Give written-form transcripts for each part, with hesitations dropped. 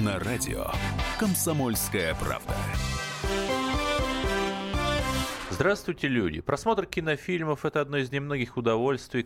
на радио «Комсомольская правда». Здравствуйте, люди. Просмотр кинофильмов – это одно из немногих удовольствий,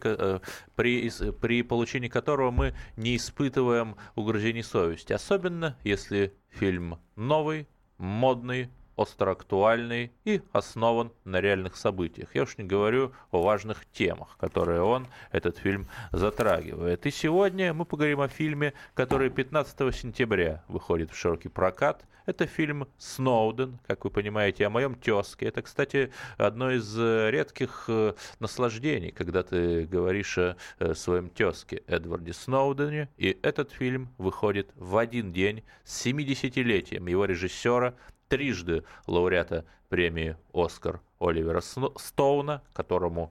при получении которого мы не испытываем угрызений совести. Особенно, если фильм новый, модный, остроактуальный и основан на реальных событиях. Я уж не говорю о важных темах, которые этот фильм затрагивает. И сегодня мы поговорим о фильме, который 15 сентября выходит в широкий прокат. Это фильм «Сноуден», как вы понимаете, о моем тезке. Это, кстати, одно из редких наслаждений, когда ты говоришь о своем тезке Эдварде Сноудене. И этот фильм выходит в один день с 70-летием его режиссера, трижды лауреата премии «Оскар» Оливера Стоуна, которому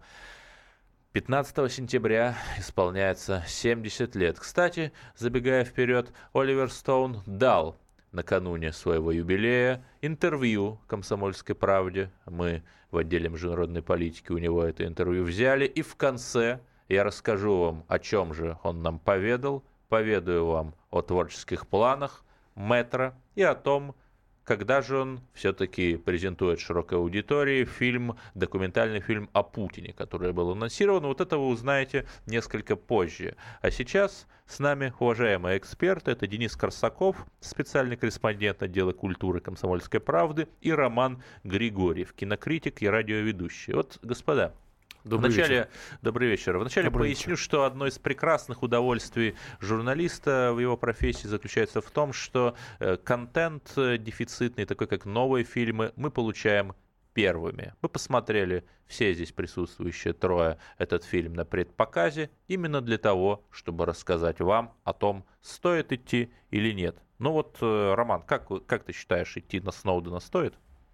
15 сентября исполняется 70 лет. Кстати, забегая вперед, Оливер Стоун дал накануне своего юбилея интервью «Комсомольской правде». Мы в отделе международной политики у него это интервью взяли. И в конце я расскажу вам, о чем же он нам поведал. Поведаю вам о творческих планах мэтра и о том, когда же он все-таки презентует широкой аудитории документальный фильм о Путине, который был анонсирован. Вот это вы узнаете несколько позже. А сейчас с нами уважаемые эксперты. Это Денис Корсаков, специальный корреспондент отдела культуры «Комсомольской правды», и Роман Григорьев, кинокритик и радиоведущий. Вот, господа, Добрый вечер. Вначале поясню, что одно из прекрасных удовольствий журналиста в его профессии заключается в том, что контент дефицитный, такой как новые фильмы, мы получаем первыми. Мы посмотрели, все здесь присутствующие трое, этот фильм на предпоказе именно для того, чтобы рассказать вам о том, стоит идти или нет. Ну вот, Роман, как ты считаешь, идти на Сноудена стоит?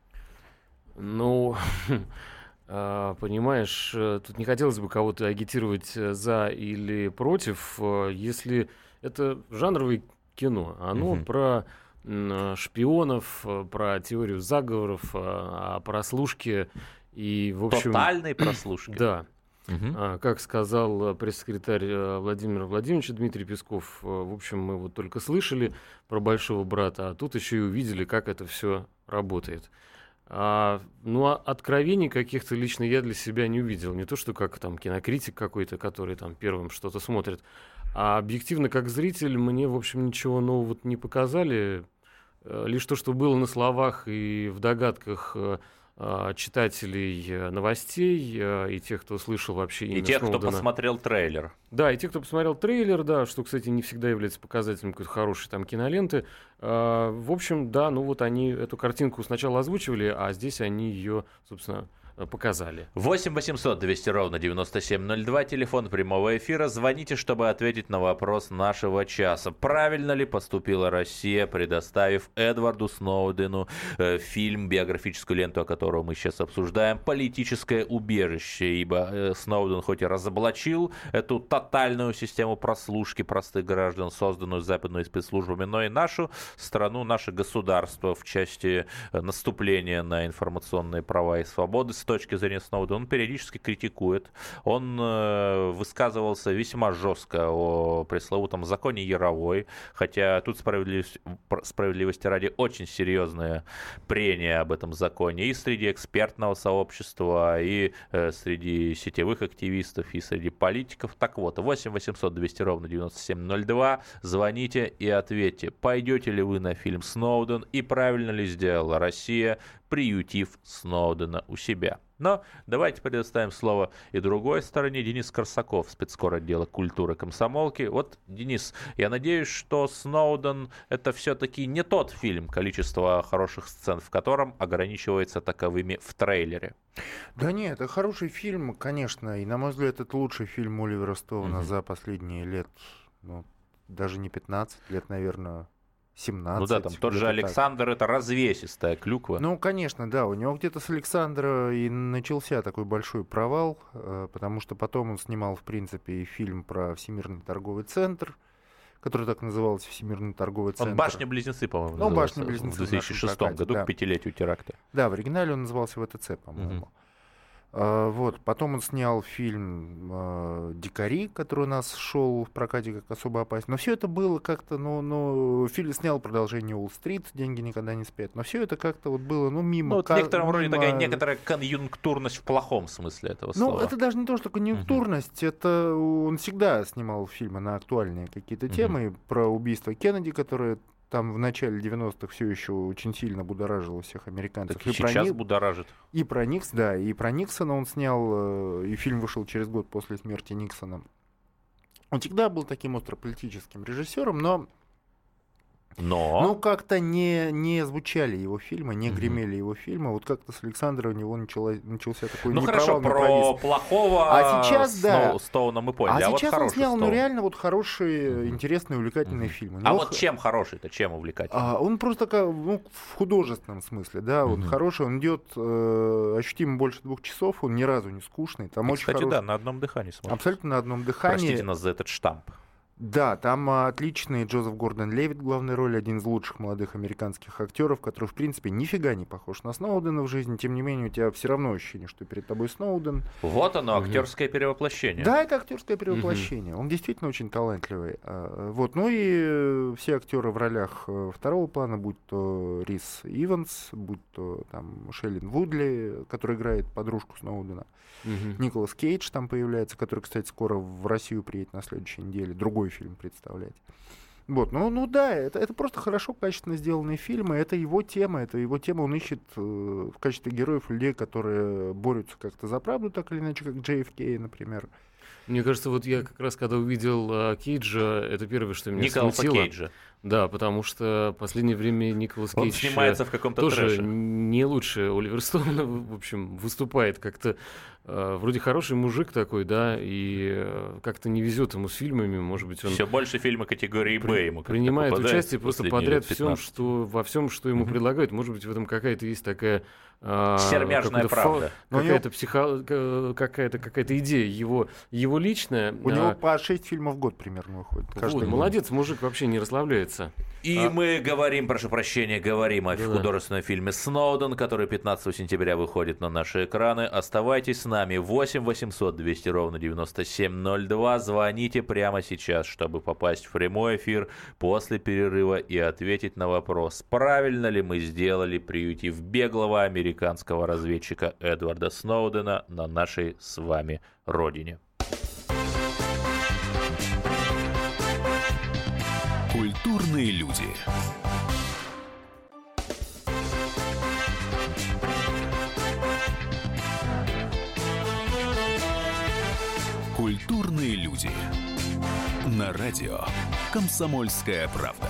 Понимаешь, тут не хотелось бы кого-то агитировать за или против, если это жанровое кино, оно про шпионов, про теорию заговоров, о прослушке и, в общем... Тотальной прослушки. Да. Как сказал пресс-секретарь Владимира Владимировича Дмитрий Песков, в общем, мы вот только слышали про большого брата, а тут еще и увидели, как это все работает. Откровений каких-то лично я для себя не увидел. Не то, что как там кинокритик какой-то, который там первым что-то смотрит, а объективно как зритель мне, в общем, ничего нового не показали. Лишь то, что было на словах и в догадках читателей новостей и тех, кто слышал вообще имя Сноудена. И тех, Сноудена. кто посмотрел трейлер. Да, и те, кто посмотрел трейлер, да, что, кстати, не всегда является показателем какой-то хорошей там киноленты. В общем, да, они эту картинку сначала озвучивали, а здесь они ее, собственно, показали. 8 800 200 ровно 9702, телефон прямого эфира. Звоните, чтобы ответить на вопрос нашего часа. Правильно ли поступила Россия, предоставив Эдварду Сноудену фильм, биографическую ленту, о которой мы сейчас обсуждаем, «Политическое убежище», ибо Сноуден хоть и разоблачил эту тотальную систему прослушки простых граждан, созданную западными спецслужбами, но и нашу страну, наше государство в части наступления на информационные права и свободы с точки зрения Сноудена, он периодически критикует. Он высказывался весьма жестко о пресловутом законе Яровой, хотя тут справедливости ради очень серьезное прения об этом законе и среди экспертного сообщества, и среди сетевых активистов, и среди политиков. Так вот, 8 800 200 ровно 9702, звоните и ответьте, пойдете ли вы на фильм «Сноуден» и правильно ли сделала Россия, приютив Сноудена у себя. Но давайте предоставим слово и другой стороне. Денис Корсаков, спецкор отдела культуры комсомолки. Вот, Денис, я надеюсь, что «Сноуден» — это все-таки не тот фильм, количество хороших сцен в котором ограничивается таковыми в трейлере. Да нет, это хороший фильм, конечно. И, на мой взгляд, это лучший фильм Оливера Стоуна за последние лет, даже не 15 лет, наверное, 17. Ну да, там тот же Александр, это развесистая клюква. Ну, конечно, да, у него где-то с Александра и начался такой большой провал, потому что потом он снимал, в принципе, и фильм про Всемирный торговый центр, который так назывался, Всемирный торговый центр. Он «Башня-близнецы», по-моему, назывался. «Башня-близнецы» в 2006 году, к 5-летию теракта. Да, в оригинале он назывался ВТЦ, по-моему. Вот. Потом он снял фильм «Дикари», который у нас шел в прокате как особо опасен. Но все это было как-то, фильм снял продолжение «Уолл-стрит», «Деньги никогда не спят». Но все это как-то вот было, мимо. Вот в некотором роде такая некоторая конъюнктурность в плохом смысле этого слова. Это даже не то, что конъюнктурность, это он всегда снимал фильмы на актуальные какие-то темы, про убийство Кеннеди, которое там в начале 90-х все еще очень сильно будоражило всех американцев. Так и сейчас будоражит. И про Никсона он снял, и фильм вышел через год после смерти Никсона. Он всегда был таким острополитическим режиссером, но как-то не звучали его фильмы, не гремели его фильмы. Вот как-то с Александра у него начался такой хорошо, про плохого сейчас, Стоуна мы поняли. А сейчас он снял реально вот хорошие, интересие, увлекательные фильмы. Вот чем хороший-то, чем увлекательный? Он просто в художественном смысле, да, он хороший, он идет ощутимо больше 2 часов, он ни разу не скучный. Там очень кстати, да, на одном дыхании смотрится. Абсолютно на одном дыхании. Простите нас за этот штамп. Да, там отличный Джозеф Гордон-Левитт в главной роли, один из лучших молодых американских актеров, который, в принципе, нифига не похож на Сноудена в жизни. Тем не менее, у тебя все равно ощущение, что перед тобой Сноуден. Вот оно, актерское перевоплощение. Да, это актерское перевоплощение. Он действительно очень талантливый. Вот. Ну и все актеры в ролях второго плана, будь то Рис Иванс, будь то там Шейлин Вудли, который играет подружку Сноудена. Николас Кейдж там появляется, который, кстати, скоро в Россию приедет на следующей неделе. Другой фильм представлять. Вот, да, это просто хорошо, качественно сделанные фильмы. Это его тема. Он ищет в качестве героев людей, которые борются как-то за правду, так или иначе, как JFK, например. Мне кажется, вот я как раз, когда увидел Кейджа, это первое, что меня Николаса смутило. Кейджа. Да, потому что в последнее время Николас Кейдж снимается в каком-то тоже трэше. Не лучше Оливера Стоуна, в общем, выступает как-то. Вроде хороший мужик такой, да, и как-то не везет ему с фильмами, может быть, он... Все больше фильмы категории Б ему принимает участие просто подряд во всем, что ему предлагают. Может быть, в этом какая-то есть такая... сермяжная правда. Какая-то идея его личная. У него по 6 фильмов в год примерно выходит. Молодец, мужик вообще не расслабляется. И мы говорим о художественном фильме «Сноуден», который 15 сентября выходит на наши экраны. Оставайтесь с нами. 8 800 200 ровно 9702. Звоните прямо сейчас, чтобы попасть в прямой эфир после перерыва и ответить на вопрос, правильно ли мы сделали, приютив беглого американского разведчика Эдварда Сноудена на нашей с вами родине. Культурные люди. Культурные люди. На радио «Комсомольская правда».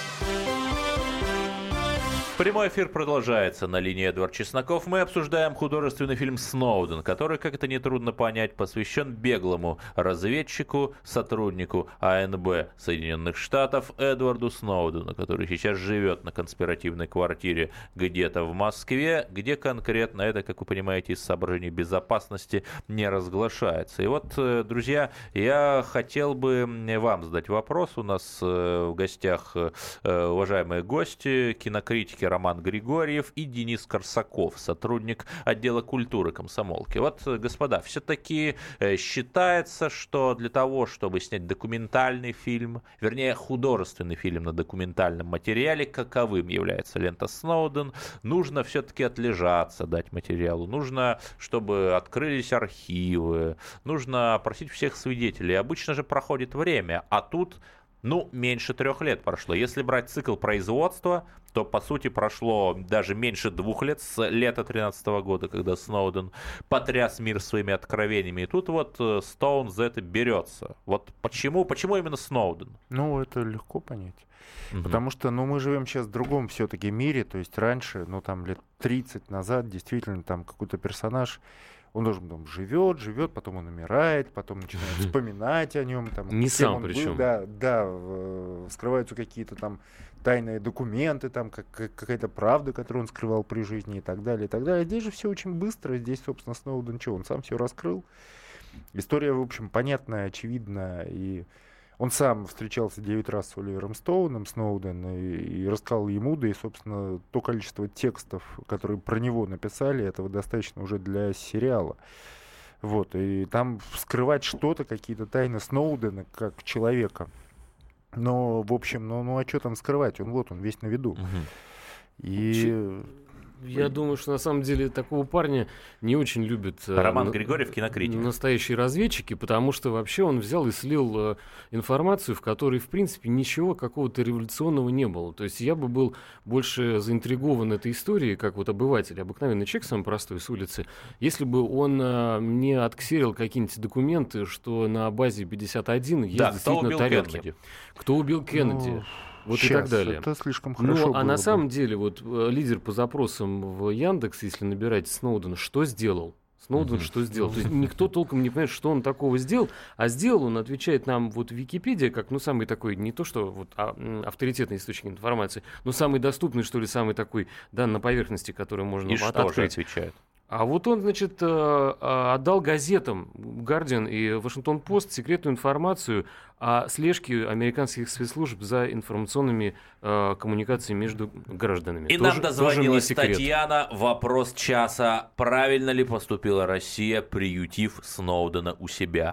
Прямой эфир продолжается. На линии Эдвард Чесноков. Мы обсуждаем художественный фильм «Сноуден», который, как это нетрудно понять, посвящен беглому разведчику, сотруднику АНБ Соединенных Штатов Эдварду Сноудену, который сейчас живет на конспиративной квартире где-то в Москве, где конкретно это, как вы понимаете, из соображений безопасности не разглашается. И вот, друзья, я хотел бы вам задать вопрос. У нас в гостях уважаемые гости, кинокритики Роман Григорьев и Денис Корсаков, сотрудник отдела культуры комсомолки. Вот, господа, все-таки считается, что для того, чтобы снять документальный фильм, вернее, художественный фильм на документальном материале, каковым является лента «Сноуден», нужно все-таки отлежаться, дать материалу, нужно, чтобы открылись архивы, нужно опросить всех свидетелей. Обычно же проходит время, а тут... меньше 3 лет прошло. Если брать цикл производства, то, по сути, прошло даже меньше 2 лет с лета 2013 года, когда Сноуден потряс мир своими откровениями. И тут вот Стоун за это берется. Вот почему именно Сноуден? Это легко понять. Потому что, мы живем сейчас в другом все-таки мире. То есть раньше, там лет 30 назад, действительно, там какой-то персонаж... Он должен живет, потом он умирает, потом начинает вспоминать о нем. Не сам причем. Скрываются какие-то там тайные документы, там какая-то правда, которую он скрывал при жизни и так далее, и так далее. Здесь же все очень быстро. Здесь, собственно, Сноуден он сам все раскрыл. История, в общем, понятная, очевидная. И Он сам встречался 9 раз с Оливером Стоуном, Сноуден, и рассказал ему, да и, собственно, то количество текстов, которые про него написали, этого достаточно уже для сериала. Вот, и там вскрывать что-то, какие-то тайны Сноудена как человека. Но, в общем, ну а что там скрывать? Он весь на виду. И... Я думаю, что на самом деле такого парня не очень любят Роман Григорьев, кинокритик. Настоящие разведчики, потому что вообще он взял и слил информацию, в которой, в принципе, ничего какого-то революционного не было. То есть я бы был больше заинтригован этой историей, как вот обыватель, обыкновенный человек, самый простой, с улицы, если бы он мне отксерил какие-нибудь документы, что на базе 51 есть действительно тарелки. Кто убил Кеннеди? Вот сейчас, и так далее. Это слишком хорошо. Ну, а на самом деле, вот лидер по запросам в Яндекс, если набирать Сноуден, что сделал? Сноуден что сделал? То есть никто толком не понимает, что он такого сделал, а сделал он, отвечает нам вот Википедия, как, ну, самый такой, не то что вот авторитетный источник информации, но самый доступный, что ли, самый такой, да, на поверхности, который можно открыть. Что же отвечает? А вот он, значит, отдал газетам Guardian и Washington Post секретную информацию о слежке американских спецслужб за информационными коммуникациями между гражданами. И нам дозвонилась Татьяна. Вопрос часа. Правильно ли поступила Россия, приютив Сноудена у себя?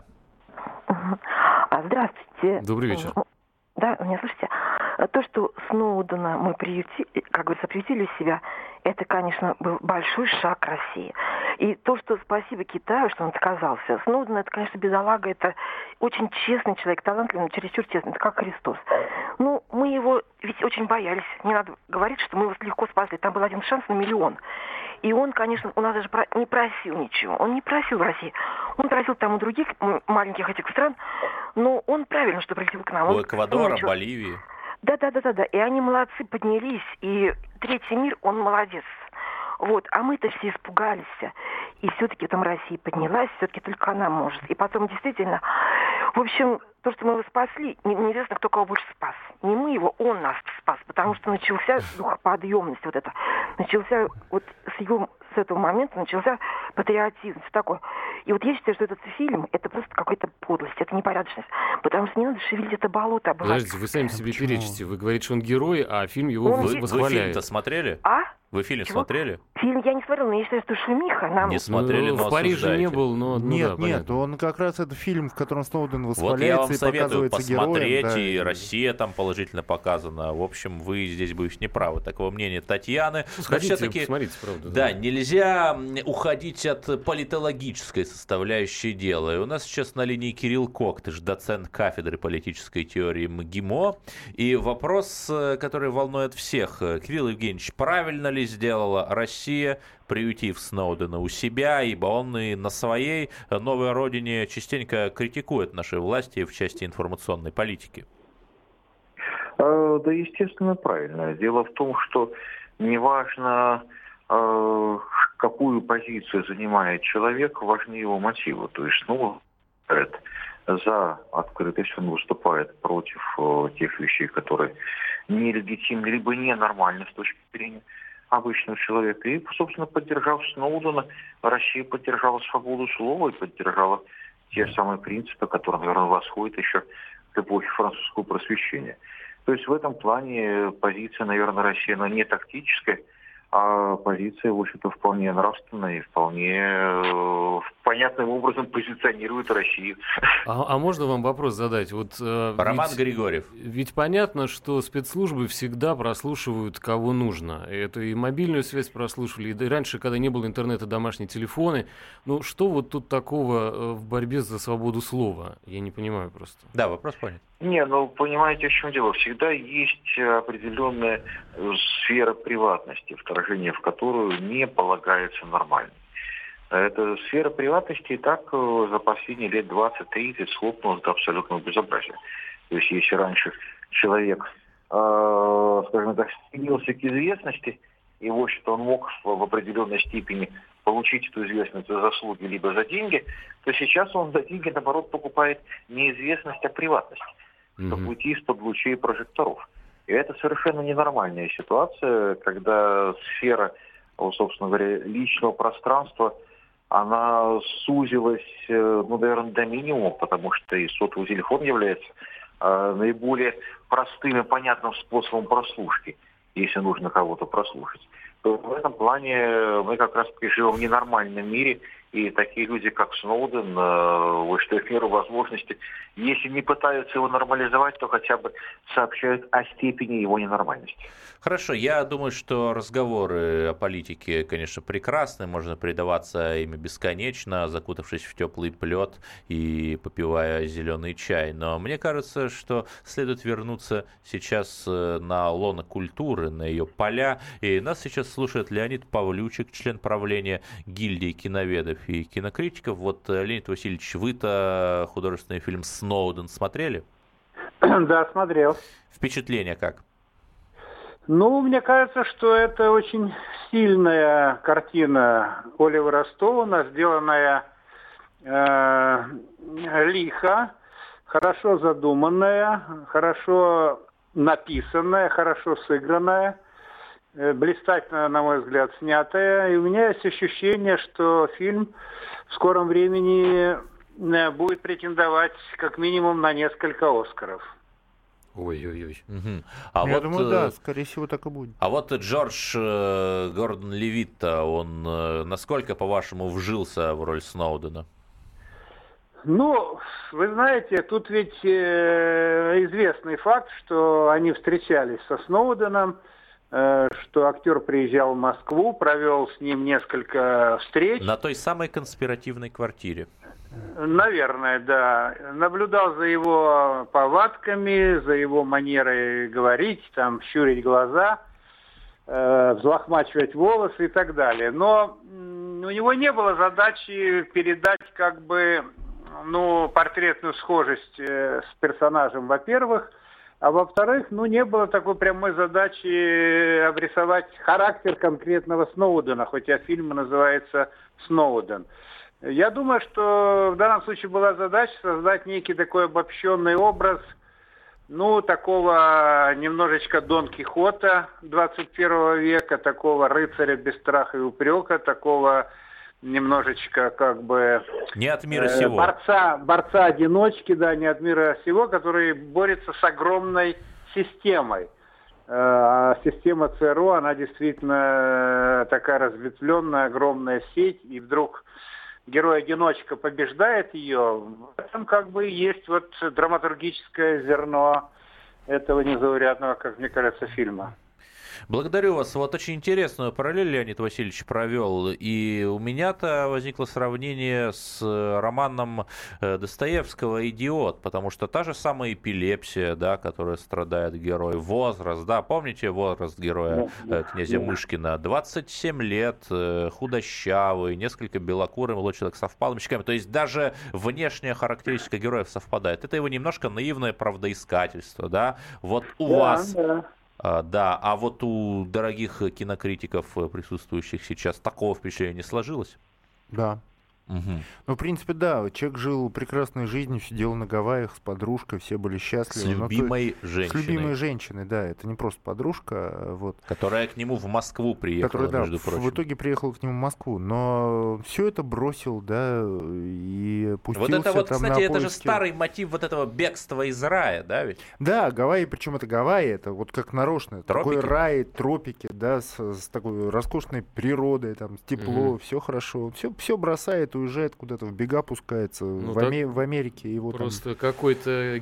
Здравствуйте. Добрый вечер. Да, меня слышите? То, что Сноудена мы приютили у себя, это, конечно, был большой шаг к России. И то, что спасибо Китаю, что он отказался. Сноуден, это, конечно, бедолага, это очень честный человек, талантливый, но чересчур честный, это как Христос. Ну, мы его ведь очень боялись. Не надо говорить, что мы его легко спасли. Там был один шанс на миллион. И он, конечно, у нас даже не просил ничего. Он не просил в России. Он просил там у других маленьких этих стран, но он правильно, что прилетел к нам. У Эквадора, Боливии. Да. И они молодцы, поднялись. И третий мир, он молодец. Вот. А мы-то все испугались. И все-таки там Россия поднялась, все-таки только она может. И потом действительно, в общем, то, что мы его спасли, неизвестно, кто кого больше спас. Не мы его, он нас спас. Потому что начался духоподъемность вот это. Начался вот с этого момента начался патриотизм. Все такое. И вот я считаю, что этот фильм, это просто какая-то подлость, это непорядочность. Потому что не надо шевелить это болото. Подождите, вы сами себе перечите. Вы говорите, что он герой, а фильм его восхваляет. Вы фильм-то смотрели? Вы фильм смотрели? Фильм я не смотрела, но я считаю, что шумиха. Не смотрели, но в Париже не был, но... Нет, он как раз это фильм, в котором Сноуден восхваляется. Вот я вам и советую посмотреть, героем, и Россия там положительно показана. В общем, вы здесь будете неправы. Такого мнения Татьяны. Сходите, посмотрите, правда. Да, нельзя уходить от политологической составляющей дела. И у нас сейчас на линии Кирилл Коктыш, доцент кафедры политической теории МГИМО. И вопрос, который волнует всех. Кирилл Евгеньевич, правильно ли сделала Россия, приютив Сноудена у себя, ибо он и на своей новой родине частенько критикует наши власти в части информационной политики? Да, естественно, правильно. Дело в том, что неважно, какую позицию занимает человек, важны его мотивы. То есть, за открытость, он выступает против тех вещей, которые нелегитимны, либо ненормальны с точки зрения обычного человека. И, собственно, поддержав Сноудена, Россия поддержала свободу слова и поддержала те самые принципы, которые, наверное, восходят еще к эпохе французского просвещения. То есть в этом плане позиция, наверное, России, она не тактическая, а позиция, в общем-то, вполне нравственная и вполне понятным образом позиционирует Россию. А можно вам вопрос задать? Вот, Роман Григорьев. Ведь понятно, что спецслужбы всегда прослушивают, кого нужно. Это и мобильную связь прослушивали, и раньше, когда не было интернета, домашние телефоны. Ну, что вот тут такого в борьбе за свободу слова? Я не понимаю просто. Да, вопрос понят. Понимаете, в чем дело? Всегда есть определенная сфера приватности, вторжение в которую не полагается нормальным. Эта сфера приватности и так за последние лет 20-30 схлопнулась до абсолютного безобразия. То есть, если раньше человек, скажем так, стремился к известности, и, в общем-то, он мог в определенной степени получить эту известность за заслуги либо за деньги, то сейчас он за деньги, наоборот, покупает не известность, а приватность. По пути из-под лучей прожекторов. И это совершенно ненормальная ситуация, когда сфера, собственно говоря, личного пространства, она сузилась, наверное, до минимума, потому что и сотовый телефон является наиболее простым и понятным способом прослушки, если нужно кого-то прослушать, то в этом плане мы как раз живем в ненормальном мире, и такие люди, как Сноуден, что в меру возможности, если не пытаются его нормализовать, то хотя бы сообщают о степени его ненормальности. Хорошо, я думаю, что разговоры о политике, конечно, прекрасны, можно предаваться ими бесконечно, закутавшись в теплый плед и попивая зеленый чай. Но мне кажется, что следует вернуться сейчас на лоно культуры, на ее поля. И нас сейчас слушает Леонид Павлючик, член правления гильдии киноведов и кинокритиков. Вот, Леонид Васильевич, вы-то художественный фильм «Сноуден» смотрели? Да, смотрел. Впечатление как? Ну, мне кажется, что это очень сильная картина Оливера Стоуна, сделанная лихо, хорошо задуманная, хорошо написанная, хорошо сыгранная, блистательно, на мой взгляд, снятая. И у меня есть ощущение, что фильм в скором времени будет претендовать как минимум на несколько «Оскаров». Ой-ой-ой. Угу. Я думаю, да, скорее всего, так и будет. А вот Джордж Гордон Левитт, он насколько, по-вашему, вжился в роль Сноудена? Ну, вы знаете, тут ведь известный факт, что они встречались со Сноуденом, что актер приезжал в Москву, провел с ним несколько встреч. На той самой конспиративной квартире. Наверное, да. Наблюдал за его повадками, за его манерой говорить, там, щурить глаза, взлохмачивать волосы и так далее. Но у него не было задачи передать как бы, портретную схожесть с персонажем, во-первых, а во-вторых, не было такой прямой задачи обрисовать характер конкретного Сноудена, хотя фильм называется «Сноуден». Я думаю, что в данном случае была задача создать некий такой обобщенный образ, такого немножечко Дон Кихота 21 века, такого рыцаря без страха и упрека, такого немножечко как бы... Не от мира сего. Борца-одиночки, да, не от мира сего, который борется с огромной системой. А система ЦРУ, она действительно такая разветвленная, огромная сеть, и вдруг герой-одиночка побеждает ее. В этом как бы есть вот драматургическое зерно этого незаурядного, как мне кажется, фильма. Благодарю вас. Вот очень интересную параллель Леонид Васильевич провел. И у меня-то возникло сравнение с романом Достоевского «Идиот», потому что та же самая эпилепсия, да, которая страдает герой, возраст, да, помните возраст героя князя Мышкина? 27 лет, худощавый, несколько белокурый, молодой человек со впалыми щеками. То есть даже внешняя характеристика героев совпадает. Это его немножко наивное правдоискательство, да? Вот у вас... Да, а вот у дорогих кинокритиков, присутствующих сейчас, такого впечатления не сложилось? Да. Угу. Ну, в принципе, да. Человек жил прекрасной жизнью, сидел на Гавайях с подружкой, все были счастливы. С любимой женщиной. С любимой женщиной, да. Это не просто подружка. Вот. Которая к нему в Москву приехала, между прочим. В итоге приехала к нему в Москву. Но все это бросил, да, и пустился вот это вот, там, кстати, на это поиски. же старый мотив вот этого бегства из рая, да, ведь? Да, Гавайи, причем это Гавайи, это вот как нарочно. Тропики? Такой рай, тропики, да, с такой роскошной природой, там, тепло, все хорошо. Все бросает, уезжает куда-то, в бега пускается, в Америке. Его просто там... какой-то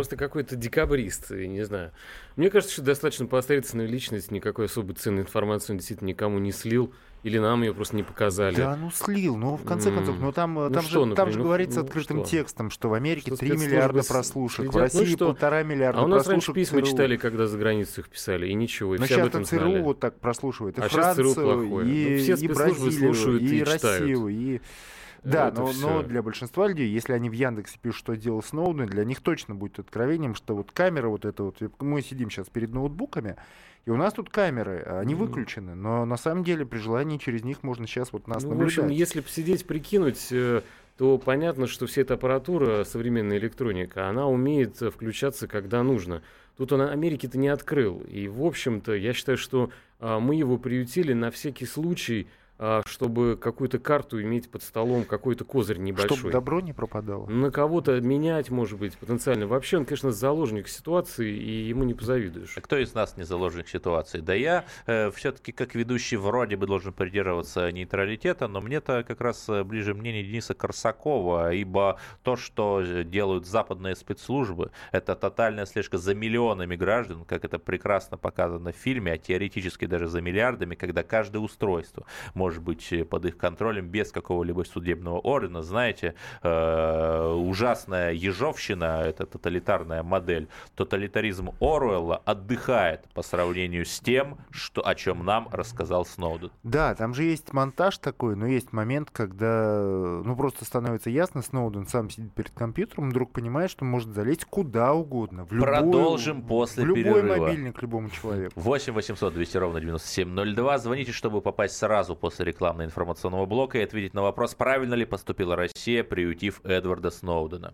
декабрист, я не знаю. Мне кажется, что достаточно посредственная личность, никакой особой ценной информации он действительно никому не слил. Или нам ее просто не показали. Да, слил. В конце концов, там же говорится открытым текстом, что в Америке 3 миллиарда прослушек, в России 1,5 миллиарда прослушек. А у нас раньше письма читали, когда за границу их писали, и ничего, и но все об этом знали. ЦРУ вот так прослушивает. И Францию, и Бразилию, слушают и и Россию, читают. Да, но для большинства людей, если они в Яндексе пишут, что делал Сноуден, для них точно будет откровением, что вот камера вот эта вот, мы сидим сейчас перед ноутбуками, и у нас тут камеры, они выключены, но на самом деле при желании через них можно сейчас вот нас наблюдать. В общем, если посидеть, прикинуть, то понятно, что вся эта аппаратура, современная электроника, она умеет включаться, когда нужно. Тут он Америки-то не открыл, и, в общем-то, я считаю, что мы его приютили на всякий случай, чтобы какую-то карту иметь под столом, какой-то козырь небольшой. Чтобы добро не пропадало. На кого-то менять, может быть, потенциально. Вообще он, конечно, заложник ситуации, и ему не позавидуешь. А кто из нас не заложник ситуации? Да я все-таки как ведущий вроде бы должен придерживаться нейтралитета, но мне-то как раз ближе мнение Дениса Корсакова, ибо то, что делают западные спецслужбы, это тотальная слежка за миллионами граждан, как это прекрасно показано в фильме, а теоретически даже за миллиардами, когда каждое устройство может быть под их контролем без какого-либо судебного органа. Знаете, ужасная ежовщина, это тоталитарная модель, тоталитаризм Оруэлла отдыхает по сравнению с тем, о чем нам рассказал Сноуден. Да, там же есть монтаж такой, но есть момент, когда просто становится ясно, Сноуден сам сидит перед компьютером, вдруг понимает, что может залезть куда угодно. Продолжим после перерыва. В любой мобильник любому человеку. 8 800 200 ровно 9702. Звоните, чтобы попасть сразу после рекламно-информационного блока и ответить на вопрос, правильно ли поступила Россия, приютив Эдварда Сноудена.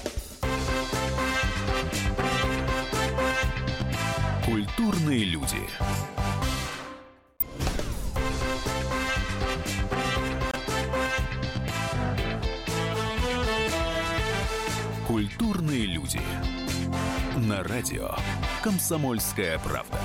Культурные люди. Культурные люди. На радио «Комсомольская правда».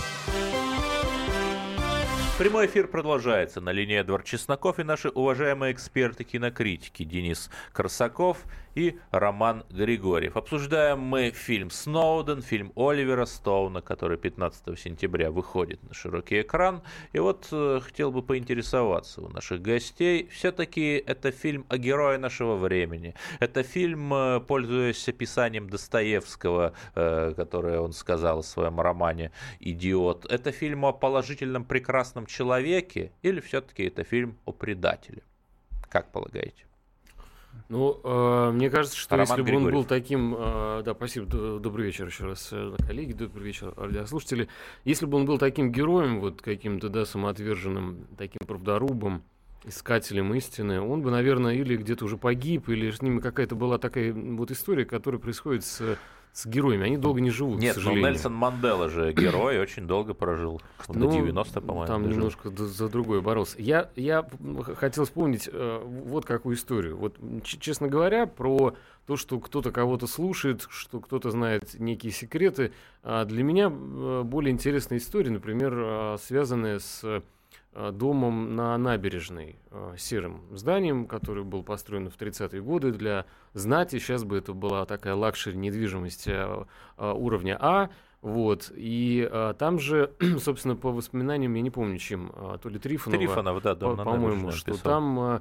Прямой эфир продолжается. На линии Эдвард Чесноков и наши уважаемые эксперты-кинокритики Денис Корсаков и Роман Григорьев. Обсуждаем мы фильм «Сноуден», фильм Оливера Стоуна, который 15 сентября выходит на широкий экран. И вот хотел бы поинтересоваться у наших гостей. Все-таки это фильм о герое нашего времени. Это фильм, пользуясь описанием Достоевского, которое он сказал в своем романе «Идиот». Это фильм о положительном, прекрасном человеке или все-таки это фильм о предателе? Как полагаете? Мне кажется, что Роман если бы Григорьев. он был таким... Да, спасибо, добрый вечер еще раз, коллеги, добрый вечер, радиослушатели. Если бы он был таким героем, вот каким-то, да, самоотверженным, таким правдорубом, искателем истины, он бы, наверное, или где-то уже погиб, или с ним какая-то была такая вот история, которая происходит с героями. Они долго не живут, Нет, к сожалению. Нельсон Мандела же герой, очень долго прожил. До 90, по-моему. Там дожил. немножко за другое боролся. Я хотел вспомнить вот какую историю. Вот, честно говоря, про то, что кто-то кого-то слушает, что кто-то знает некие секреты. Для меня более интересная история, например, связанная с домом на набережной, серым зданием, который был построен в 30-е годы для знати. Сейчас бы это была такая лакшери недвижимость уровня А. Вот. И там же, собственно, по воспоминаниям, я не помню, чем, то ли Трифонов, да, дом на по-моему, что там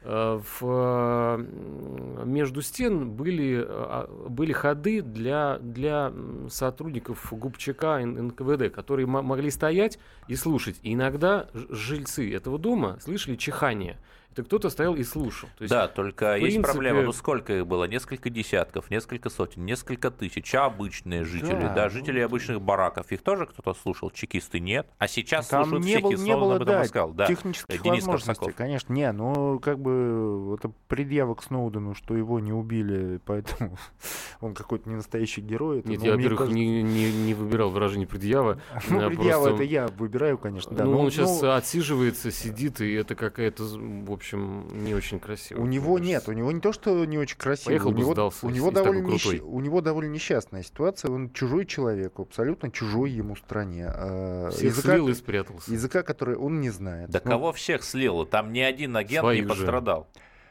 между стен были ходы для сотрудников ГУПЧК НКВД, которые могли стоять и слушать. И иногда жильцы этого дома слышали чихание. Это кто-то стоял и слушал. То есть, да, только есть принципе... проблема. Сколько их было? Несколько десятков, несколько сотен, несколько тысяч. А обычные жители, жители обычных бараков, их тоже кто-то слушал? Чекисты нет. А сейчас там слушают не всех, и Сноуден об этом рассказал. Да. Технических Денис возможностей, Корсаков. конечно. Это предъява к Сноудену, что его не убили, поэтому он какой-то не настоящий герой. Нет, я, во-первых, не выбирал выражение предъява. Предъява это я выбираю, конечно. Да, он сейчас отсиживается, сидит, и это какая-то, в общем, не очень красиво. У него нет, у него не то, что не очень красиво. Поехал бы, сдался, у него довольно несчастная ситуация. Он чужой человек, абсолютно чужой ему стране. Всех слил и спрятался. Языка, который он не знает. Да кого всех слил? Там ни один агент не пострадал.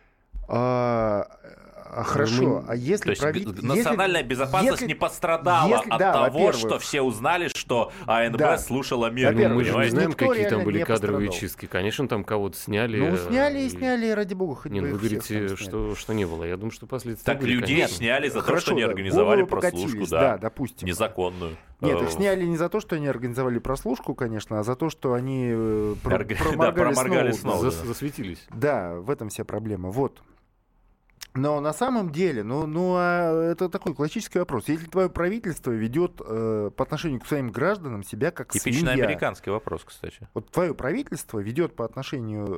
Хорошо, а если национальная безопасность не пострадала от того, что все узнали, что АНБ слушал Америку. Мы же не знаем, какие там были кадровые чистки. Конечно, там кого-то сняли. Сняли, ради бога. Нет, вы говорите, что не было. Я думаю, что последствия так людей сняли за то, что они организовали прослушку, да, допустим. Незаконную. Нет, их сняли не за то, что они организовали прослушку, конечно, а за то, что они проморгали Сноудена. Засветились. Да, в этом вся проблема. Вот. Но на самом деле, это такой классический вопрос. Если твое правительство ведет по отношению к своим гражданам себя как свинья... Типичный американский вопрос, кстати. Вот твое правительство ведет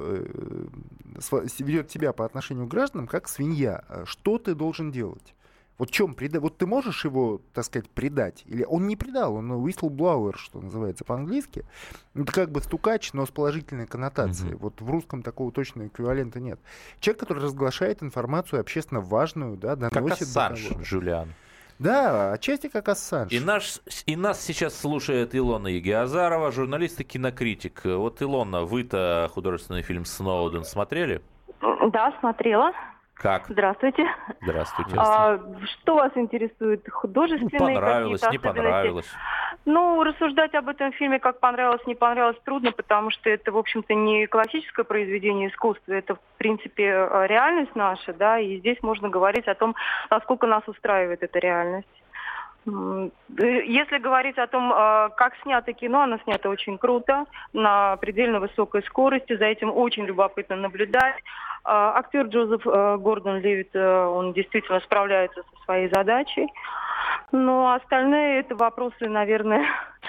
себя по отношению к гражданам как свинья. Что ты должен делать? Вот в чем вот ты можешь его, так сказать, предать? Или он не предал, он whistleblower, что называется по-английски. Это как бы стукач, но с положительной коннотацией. Вот в русском такого точного эквивалента нет. Человек, который разглашает информацию общественно важную, да, доносит. Как Ассанж, Джулиан. Да, отчасти как Ассанж. И нас сейчас слушает Илона Егиазарова, журналист и кинокритик. Вот, Илона, вы-то художественный фильм «Сноуден» смотрели? Да, смотрела. Как? Здравствуйте. Здравствуйте. Что вас интересует? Художественные понравилось, какие-то не особенности? понравилось? Рассуждать об этом фильме, как понравилось, не понравилось, трудно, потому что это, в общем-то, не классическое произведение искусства, это, в принципе, реальность наша, да, и здесь можно говорить о том, насколько нас устраивает эта реальность. Если говорить о том, как снято кино, оно снято очень круто, на предельно высокой скорости, за этим очень любопытно наблюдать. Актер Джозеф Гордон-Левитт, он действительно справляется со своей задачей. Но остальные это вопросы, наверное,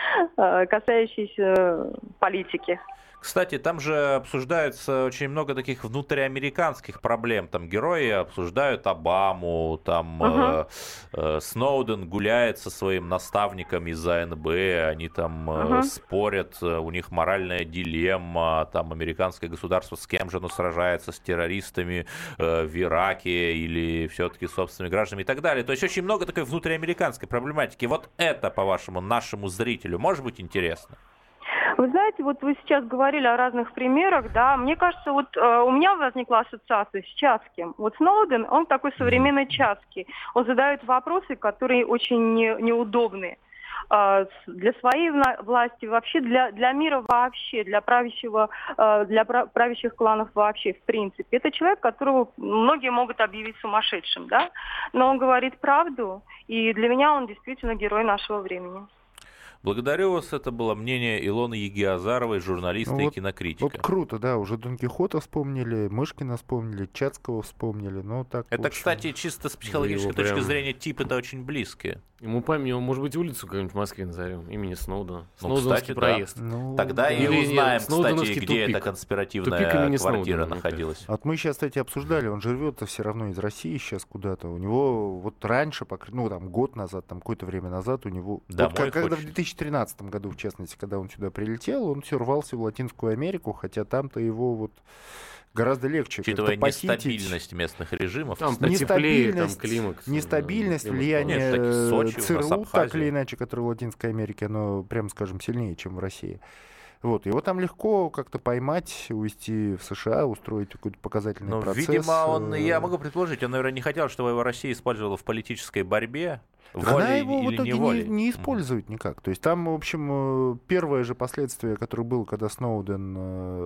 касающиеся политики. Кстати, там же обсуждается очень много таких внутриамериканских проблем. Там герои обсуждают Обаму, там Сноуден гуляет со своим наставником из АНБ, они там спорят, у них моральная дилемма, там американское государство с кем же оно сражается, с террористами в Ираке или все-таки с собственными гражданами и так далее. То есть очень много такой внутриамериканской проблематики. Вот это, по-вашему, нашему зрителю может быть интересно? Вы знаете, вот вы сейчас говорили о разных примерах, да, мне кажется, вот у меня возникла ассоциация с Чацким. Вот Сноуден, он такой современный Чацкий. Он задает вопросы, которые очень неудобные для своей власти, вообще для мира вообще, для правящих кланов вообще, в принципе. Это человек, которого многие могут объявить сумасшедшим, да, но он говорит правду, и для меня он действительно герой нашего времени. Благодарю вас. Это было мнение Илоны Егиазаровой, журналиста и кинокритика. Вот круто, да, уже Дон Кихота вспомнили, Мышкина вспомнили, Чацкого вспомнили. Но так, это, кстати, чисто с психологической точки зрения типы-то очень близкие. Ему память, может быть, улицу какую-нибудь в Москве назовем, имени Сноудена. Сноуденский проезд. Да. Тогда и узнаем, кстати, где эта конспиративная квартира находилась. Вот мы сейчас, кстати, обсуждали, он же рвется все равно из России сейчас куда-то. У него вот раньше, там год назад, там какое-то время назад у него... Когда в 2013 году, в частности, когда он сюда прилетел, он все рвался в Латинскую Америку, хотя там-то его вот гораздо легче. Учитывая нестабильность местных режимов. Там потеплее, там климат. Нестабильность, влияние ЦРУ, так или иначе, которое в Латинской Америке, оно, прямо скажем, сильнее, чем в России. Вот, его там легко как-то поймать, увезти в США, устроить какой-то показательный процесс. Видимо, я могу предположить, он, наверное, не хотел, чтобы его Россия использовала в политической борьбе. Она его в итоге не использует никак. То есть там, в общем, первое же последствие, которое было, когда Сноуден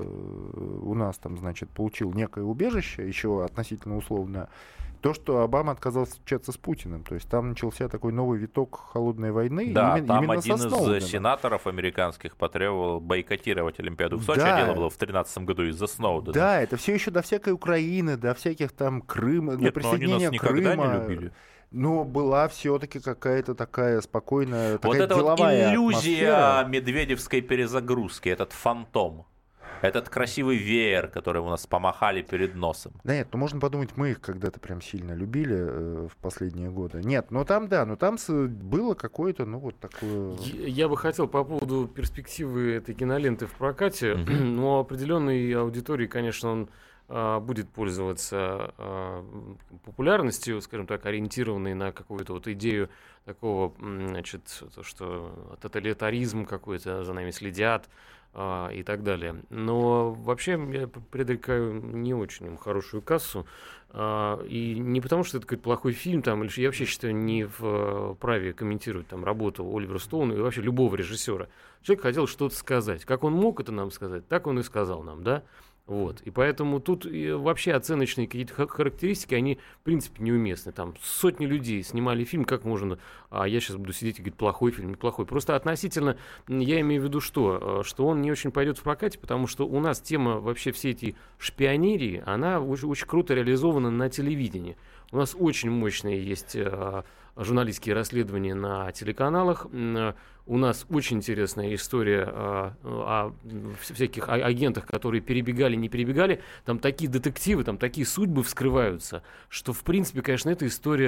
у нас там, значит, получил некое убежище, еще относительно условное, то, что Обама отказался встречаться с Путиным. То есть там начался такой новый виток холодной войны. Да, там именно один из сенаторов американских потребовал бойкотировать Олимпиаду в Сочи. Да. Дело было в 2013 году из-за Сноудена. Да, это все еще до всякой Украины, до всяких там Крыма, до присоединения Крыма. Крыма. Никогда не любили. Но была все-таки какая-то такая спокойная, такая вот это деловая вот иллюзия атмосфера. Медведевской перезагрузки, этот фантом. Этот красивый веер, который у нас помахали перед носом. Да нет, ну можно подумать, мы их когда-то прям сильно любили в последние годы. Нет, но там, да, но там было какое-то, ну вот такое... Я бы хотел по поводу перспективы этой киноленты в прокате, но определенной аудитории, конечно, он будет пользоваться популярностью, скажем так, ориентированной на какую-то вот идею такого, значит, что тоталитаризм какой-то, за нами следят и так далее. Но вообще я предрекаю не очень хорошую кассу. И не потому, что это какой-то плохой фильм, там, или я вообще считаю, не в праве комментировать там, работу Оливера Стоуна и вообще любого режиссера. Человек хотел что-то сказать. Как он мог это нам сказать, так он и сказал нам, да? Вот. И поэтому тут вообще оценочные какие-то характеристики, они, в принципе, неуместны. Там сотни людей снимали фильм, как можно... я сейчас буду сидеть и говорить, плохой фильм, неплохой. Просто относительно, я имею в виду что он не очень пойдет в прокате, потому что у нас тема вообще всей этой шпионерии, она очень круто реализована на телевидении. У нас очень мощные есть журналистские расследования на телеканалах. У нас очень интересная история о всяких агентах, которые перебегали, не перебегали. Там такие детективы, там такие судьбы вскрываются, что, в принципе, конечно, эта история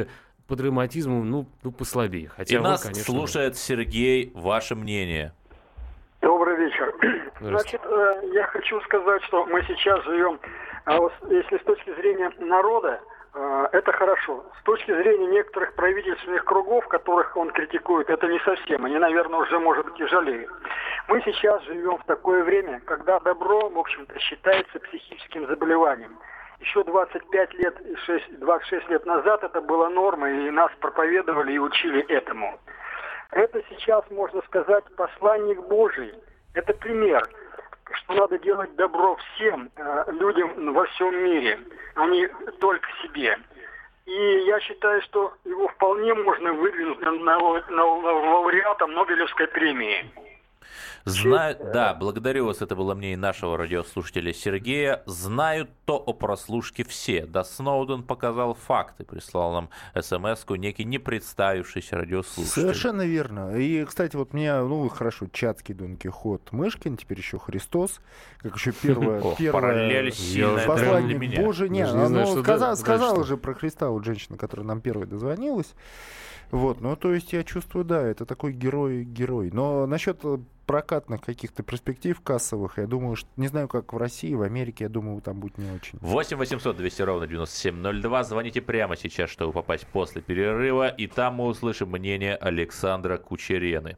патриотизмом, послабее. Хотя И нас конечно, слушает Сергей. Ваше мнение? Добрый вечер. Значит, я хочу сказать, что мы сейчас живем, если с точки зрения народа, это хорошо. С точки зрения некоторых правительственных кругов, которых он критикует, это не совсем. Они, наверное, уже, может быть, и жалеют. Мы сейчас живем в такое время, когда добро, в общем-то, считается психическим заболеванием. Еще 26 лет назад это была норма, и нас проповедовали и учили этому. Это сейчас, можно сказать, посланник Божий. Это пример, что надо делать добро всем людям во всем мире, а не только себе. И я считаю, что его вполне можно выдвинуть на лауреата Нобелевской премии. Да, благодарю вас, это было мнение нашего радиослушателя Сергея. Знают то о прослушке все. Да, Сноуден показал факты, прислал нам смс-ку некий не представившийся радиослушатель. Совершенно верно. И, кстати, вот меня, хорошо, Чацкий, Дон Кихот, Мышкин, теперь еще Христос, как еще первое параллель сильная посланник для меня. Божий. Сказала же про Христа вот женщина, которая нам первой дозвонилась. То есть я чувствую, да, это такой герой. Но насчет прокатных каких-то перспектив кассовых, я думаю, что не знаю, как в России, в Америке, я думаю, там будет не очень. 8 800 200 ровно 9702. Звоните прямо сейчас, чтобы попасть после перерыва, и там мы услышим мнение Александра Кучерены.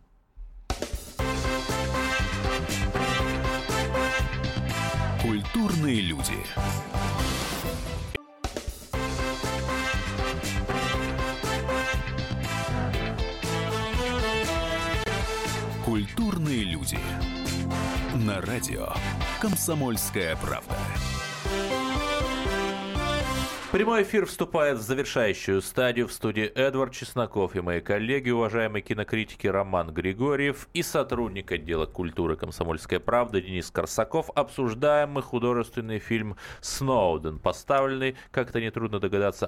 Культурные люди. Культурные люди. На радио «Комсомольская правда». Прямой эфир вступает в завершающую стадию. В студии Эдвард Чесноков и мои коллеги, уважаемые кинокритики Роман Григорьев и сотрудник отдела культуры «Комсомольская правда» Денис Корсаков. Обсуждаем мы художественный фильм «Сноуден», поставленный, как-то нетрудно догадаться,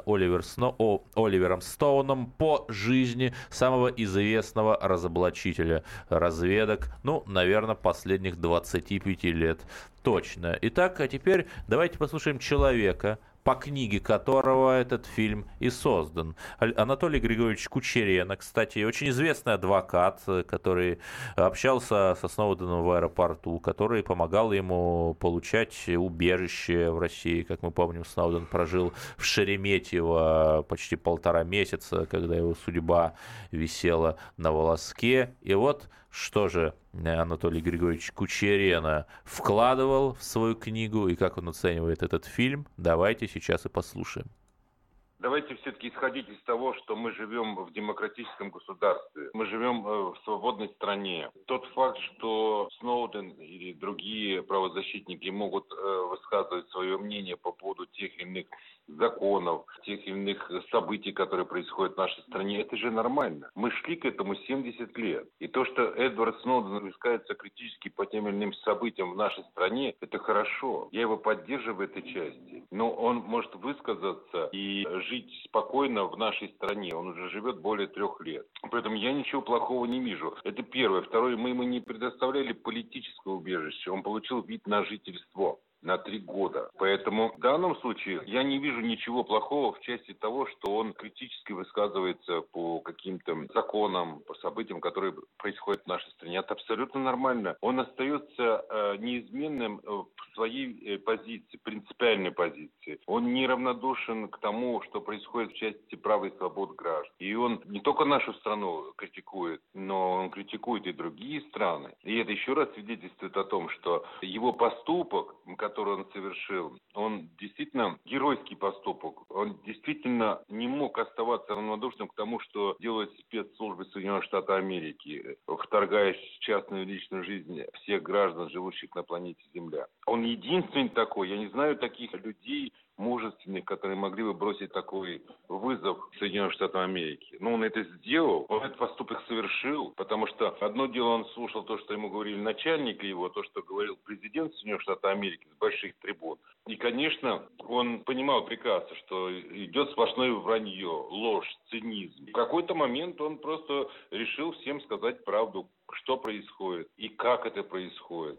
Оливером Стоуном по жизни самого известного разоблачителя разведок, наверное, последних 25 лет точно. Итак, а теперь давайте послушаем человека, по книге которого этот фильм и создан. Анатолий Григорьевич Кучерена, кстати, очень известный адвокат, который общался со Сноуденом в аэропорту, который помогал ему получать убежище в России. Как мы помним, Сноуден прожил в Шереметьево почти 1,5 месяца, когда его судьба висела на волоске. И вот что же Анатолий Григорьевич Кучерена вкладывал в свою книгу и как он оценивает этот фильм, давайте сейчас и послушаем. Давайте все-таки исходить из того, что мы живем в демократическом государстве, мы живем в свободной стране. Тот факт, что Сноуден или другие правозащитники могут высказывать свое мнение по поводу тех или иных законов, тех или иных событий, которые происходят в нашей стране, это же нормально. Мы шли к этому 70 лет. И то, что Эдвард Сноуден высказывается критически по тем или иным событиям в нашей стране, это хорошо. Я его поддерживаю в этой части. Но он может высказаться и жить спокойно в нашей стране. Он уже живет более 3 лет. Поэтому я ничего плохого не вижу. Это первое. Второе, мы ему не предоставляли политическое убежище. Он получил вид на жительство на 3 года. Поэтому в данном случае я не вижу ничего плохого в части того, что он критически высказывается по каким-то законам, по событиям, которые происходят в нашей стране. Это абсолютно нормально. Он остается неизменным в своей позиции, принципиальной позиции. Он не равнодушен к тому, что происходит в части прав и свобод граждан. И он не только нашу страну критикует, но он критикует и другие страны. И это еще раз свидетельствует о том, что его поступок, который он совершил, он действительно геройский поступок. Он действительно не мог оставаться равнодушным к тому, что делают спецслужбы Соединенных Штатов Америки, вторгаясь в частную личную жизнь всех граждан, живущих на планете Земля. Он единственный такой. Я не знаю таких людей мужественных, которые могли бы бросить такой вызов Соединенным Штатам Америки. Но он это сделал, он этот поступок совершил, потому что одно дело он слушал то, что ему говорили начальники его, то, что говорил президент Соединенных Штатов Америки с больших трибун. И, конечно, он понимал прекрасно, что идет сплошное вранье, ложь, цинизм. В какой-то момент он просто решил всем сказать правду, что происходит и как это происходит.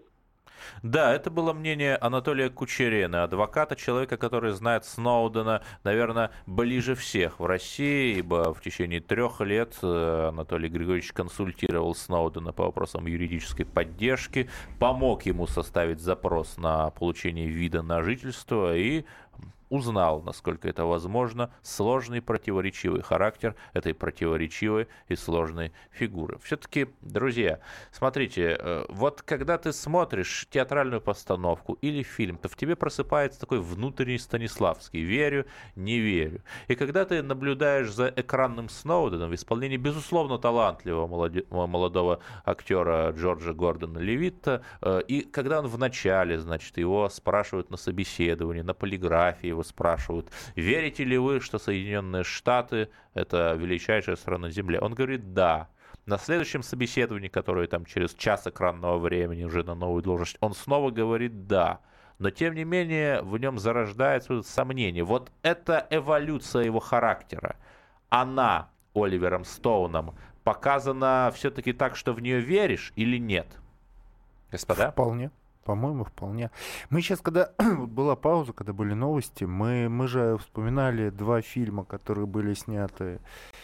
Да, это было мнение Анатолия Кучерена, адвоката, человека, который знает Сноудена, наверное, ближе всех в России, ибо в течение 3 лет Анатолий Григорьевич консультировал Сноудена по вопросам юридической поддержки, помог ему составить запрос на получение вида на жительство и узнал, насколько это возможно, сложный противоречивый характер этой противоречивой и сложной фигуры. Все-таки, друзья, смотрите, вот когда ты смотришь театральную постановку или фильм, то в тебе просыпается такой внутренний Станиславский «верю, не верю». И когда ты наблюдаешь за экранным Сноуденом в исполнении, безусловно, талантливого молодого актера Джорджа Гордона Левитта, и когда он в начале, значит, его спрашивают на собеседовании, на полиграфии, его спрашивают, верите ли вы, что Соединенные Штаты – это величайшая страна на Земле? Он говорит, да. На следующем собеседовании, которое там через час экранного времени уже на новую должность, он снова говорит да. Но, тем не менее, в нем зарождается сомнение. Вот эта эволюция его характера, она Оливером Стоуном показана все-таки так, что в нее веришь или нет? Господа? Вполне. По-моему, вполне. Мы сейчас, когда была пауза, когда были новости, мы же вспоминали 2 фильма, которые были сняты.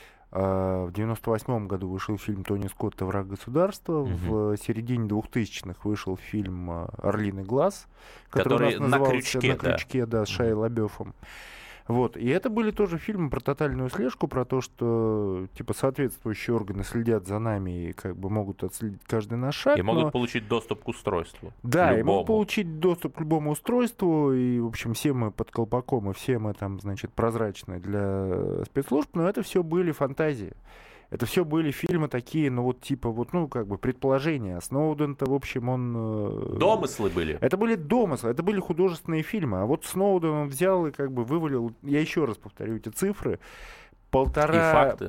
В 98 году вышел фильм Тони Скотта «Враг государства». В середине 2000-х вышел фильм «Орлиный глаз», который на крючке, да, с Шайей Лабёфом. Вот. И это были тоже фильмы про тотальную слежку, про то, что типа соответствующие органы следят за нами и как бы могут отследить каждый наш шаг. И могут получить доступ к устройству. Да, и могут получить доступ к любому устройству. И, в общем, все мы под колпаком, и все мы там, значит, прозрачны для спецслужб. Но это все были фантазии. Это все были фильмы такие, ну вот типа вот, ну как бы предположения. Сноуден-то, в общем, он... Домыслы были. Это были домыслы, это были художественные фильмы. А вот Сноуден он взял и как бы вывалил, я еще раз повторю эти цифры, 1,5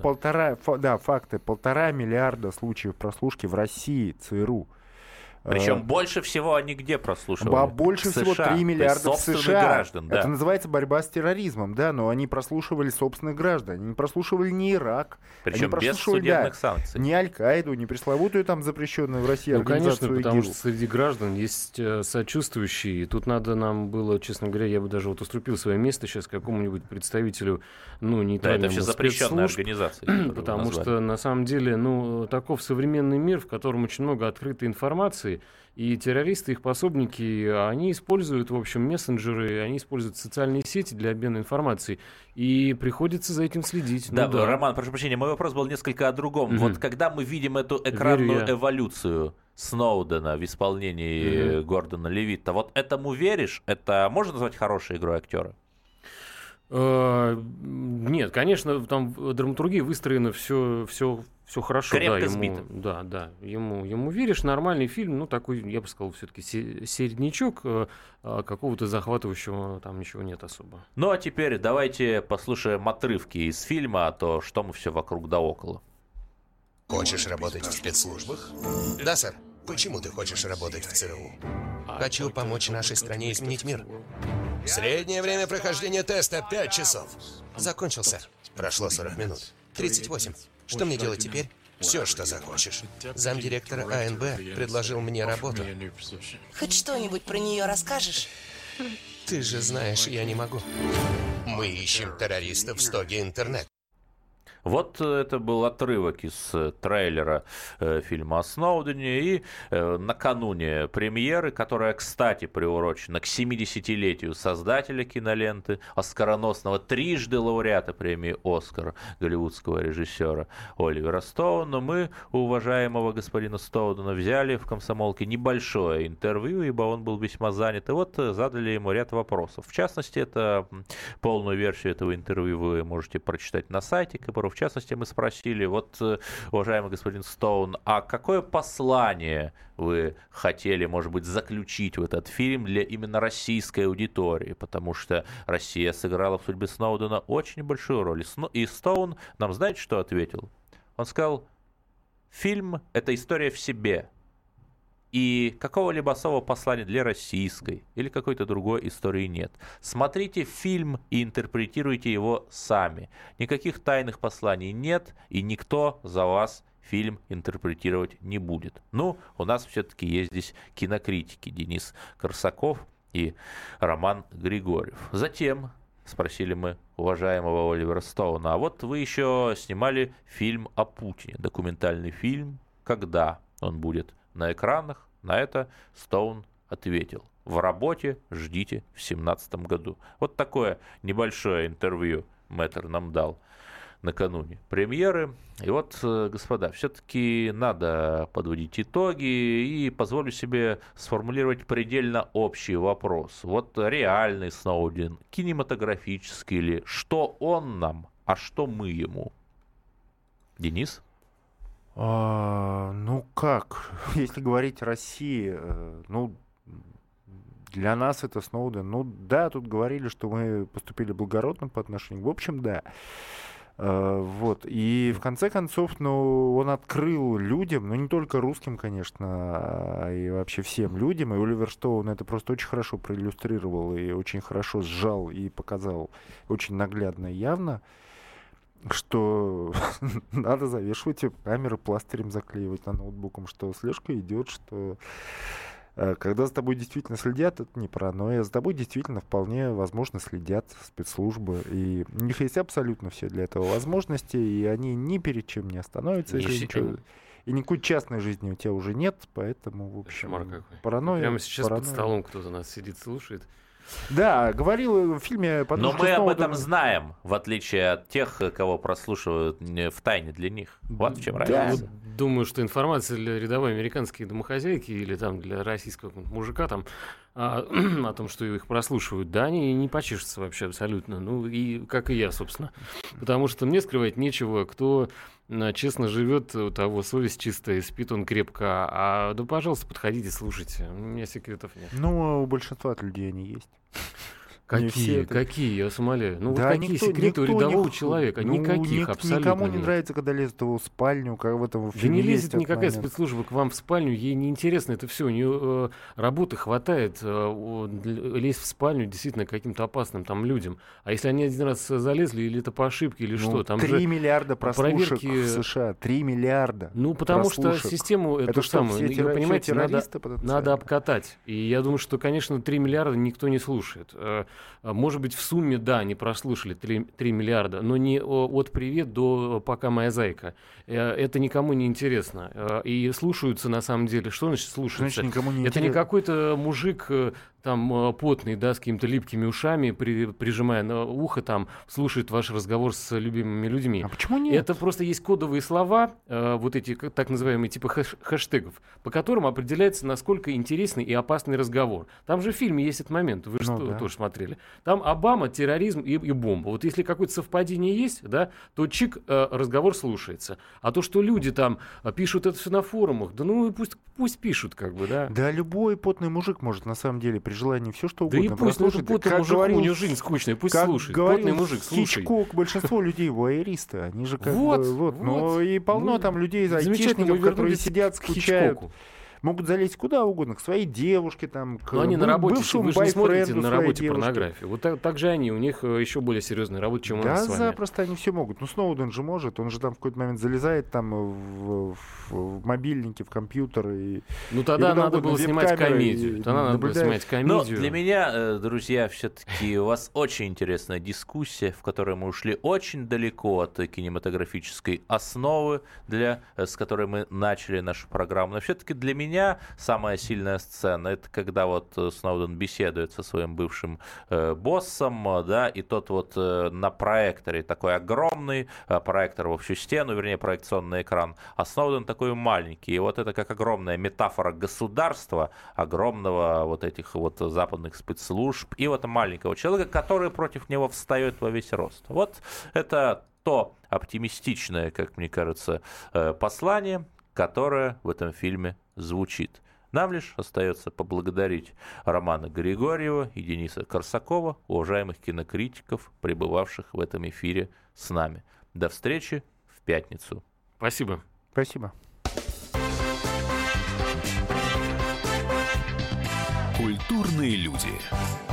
миллиарда случаев прослушки в России ЦРУ. Причем больше всего они где прослушивали? Больше всего 3 миллиарда в США. Граждан, да. Это называется борьба с терроризмом, да, но они прослушивали собственных граждан. Они не прослушивали ни Ирак. Причем без судебных санкций. Ни Аль-Каиду, ни пресловутую там запрещенную в России организацию конечно, потому ИГИЛ. что среди граждан есть сочувствующие. Тут надо нам было, честно говоря, я бы даже вот уступил свое место сейчас какому-нибудь представителю, ну, нейтральному это все запрещенные организации. Потому что, на самом деле, ну, таков современный мир, в котором очень много открытой информации, и террористы, их пособники, они используют, в общем, мессенджеры, они используют социальные сети для обмена информацией, и приходится за этим следить. Да, ну, да. Роман, прошу прощения, мой вопрос был несколько о другом. Вот когда мы видим эту экранную эволюцию Сноудена в исполнении Гордона Левитта, вот этому веришь? Это можно назвать хорошей игрой актера? Нет, конечно, там в драматургии выстроено все хорошо. Крепко сбито. Да, ему веришь, нормальный фильм, ну такой, я бы сказал, все-таки середнячок, какого-то захватывающего там ничего нет особо. Ну а теперь давайте послушаем отрывки из фильма, а то что мы все вокруг да около. Хочешь работать в спецслужбах? Да, сэр. Почему ты хочешь работать в ЦРУ? Хочу помочь нашей стране изменить мир. Среднее время прохождения теста 5 часов. Закончился. Прошло 40 минут. 38. Что мне делать теперь? Все, что захочешь. Замдиректора АНБ предложил мне работу. Хоть что-нибудь про нее расскажешь? Ты же знаешь, я не могу. Мы ищем террористов в стоге интернет. Вот это был отрывок из трейлера фильма о Сноудене. И накануне премьеры, которая, кстати, приурочена к 70-летию создателя киноленты, оскароносного трижды лауреата премии «Оскар» голливудского режиссера Оливера Стоуна, мы у уважаемого господина Стоудена взяли в «Комсомолке» небольшое интервью, ибо он был весьма занят. И вот задали ему ряд вопросов. В частности, это полную версию этого интервью вы можете прочитать на сайте КПРУ. В частности, мы спросили, вот, уважаемый господин Стоун, а какое послание вы хотели, может быть, заключить в этот фильм для именно российской аудитории? Потому что Россия сыграла в судьбе Сноудена очень большую роль. И Стоун нам, знаете, что ответил? Он сказал, фильм – это история в себе. И какого-либо особого послания для российской или какой-то другой истории нет. Смотрите фильм и интерпретируйте его сами. Никаких тайных посланий нет, и никто за вас фильм интерпретировать не будет. Ну, у нас все-таки есть здесь кинокритики Денис Корсаков и Роман Григорьев. Затем спросили мы уважаемого Оливера Стоуна: а вот вы еще снимали фильм о Путине, документальный фильм, когда он будет на экранах? На это Стоун ответил: в работе, ждите в 2017 году. Вот такое небольшое интервью мэтр нам дал накануне премьеры. И вот, господа, все-таки надо подводить итоги, и позволю себе сформулировать предельно общий вопрос. Вот реальный Сноуден, кинематографический ли, что он нам, а что мы ему? Денис? Ну как, если говорить о России, ну для нас это Сноуден. Ну да, тут говорили, что мы поступили благородно по отношению. В общем, да. Вот. И в конце концов, ну, он открыл людям, ну, не только русским, конечно, а и вообще всем людям. И Оливер Стоун это просто очень хорошо проиллюстрировал и очень хорошо сжал и показал очень наглядно и явно, что надо завешивать камеры, пластырем заклеивать на ноутбуком, что слежка идет, что когда за тобой действительно следят, это не паранойя. За тобой действительно вполне возможно следят спецслужбы. И у них есть абсолютно все для этого возможности, и они ни перед чем не остановятся. И никакой частной жизни у тебя уже нет, поэтому, в общем, паранойя. Прямо сейчас под столом кто-то нас сидит, слушает. Да, говорил в фильме «Подружка Но мы Сноудена». об этом знаем, в отличие от тех, кого прослушивают в тайне для них. Вот в чем разница. Вот думаю, что информация для рядовой американской домохозяйки или там для российского мужика там о том, что их прослушивают, да, они не почешутся вообще абсолютно. Ну, и как и я, собственно. Потому что мне скрывать нечего, кто честно живет, у того совесть чистая, спит он крепко. Да, пожалуйста, подходите, слушайте. У меня секретов нет. Ну, у большинства людей они есть. Какие, я вас умоляю. Ну, да, вот какие секреты у рядового человека? Никаких, абсолютно никому не нет. нравится, когда лезет в его спальню, как в этом фильме. Да не лезет никакая спецслужба к вам в спальню, ей не интересно это все. У нее работы хватает лезть в спальню действительно каким-то опасным там людям. А если они один раз залезли, или это по ошибке, или что? Там 3 миллиарда прослушек в США. 3 миллиарда. Ну, потому что систему эту самую, вы понимаете, надо обкатать. И я думаю, что, конечно, 3 миллиарда никто не слушает. Может быть, в сумме, да, они прослушали 3 миллиарда, но не от «Привет» до «Пока моя зайка». Это никому не интересно. И слушаются, на самом деле, что значит слушаются? Значит, никому не это не какой-то мужик там потный, да, с какими-то липкими ушами, прижимая на ухо, там, слушает ваш разговор с любимыми людьми. А почему нет? Это просто есть кодовые слова, вот эти так называемые типа хэштегов, по которым определяется, насколько интересный и опасный разговор. Там же в фильме есть этот момент, вы же тоже смотрели. Там Обама, терроризм и бомба. Вот если какое-то совпадение есть, да, то чик, разговор слушается. А то, что люди там пишут это все на форумах, да ну пусть пишут, как бы, да. Да, любой потный мужик может на самом деле при желании все что угодно. Да и пусть, ну потный мужик, у него жизнь скучная, пусть слушает. Потный мужик, слушай. Хичкок, большинство людей вуайеристы, они же как бы... Вот. Ну и полно там людей, айтишников, которые сидят, скучают. Могут залезть куда угодно, к своей девушке, там, к они на работе, бывшему вы же не смотрите на работе девушке. порнографию. Вот так же они, у них еще более серьезная работа, чем у нас с вами. Да, запросто они все могут. Ну, Сноуден же может, он же там в какой-то момент залезает там в мобильники, в компьютер. Ну, тогда надо было снимать комедию. Но для меня, друзья, все-таки у вас очень интересная дискуссия, в которой мы ушли очень далеко от кинематографической основы, с которой мы начали нашу программу. Но все-таки для меня самая сильная сцена — это когда вот Сноуден беседует со своим бывшим боссом, да, и тот вот на проекторе, такой огромный проектор во всю стену, вернее, проекционный экран, а Сноуден такой маленький. И вот это как огромная метафора государства, огромного вот этих вот западных спецслужб, и вот маленького человека, который против него встает во весь рост. Вот это то оптимистичное, как мне кажется, послание, которое в этом фильме звучит. Нам лишь остается поблагодарить Романа Григорьева и Дениса Корсакова, уважаемых кинокритиков, пребывавших в этом эфире с нами. До встречи в пятницу. Спасибо. Спасибо. Культурные люди.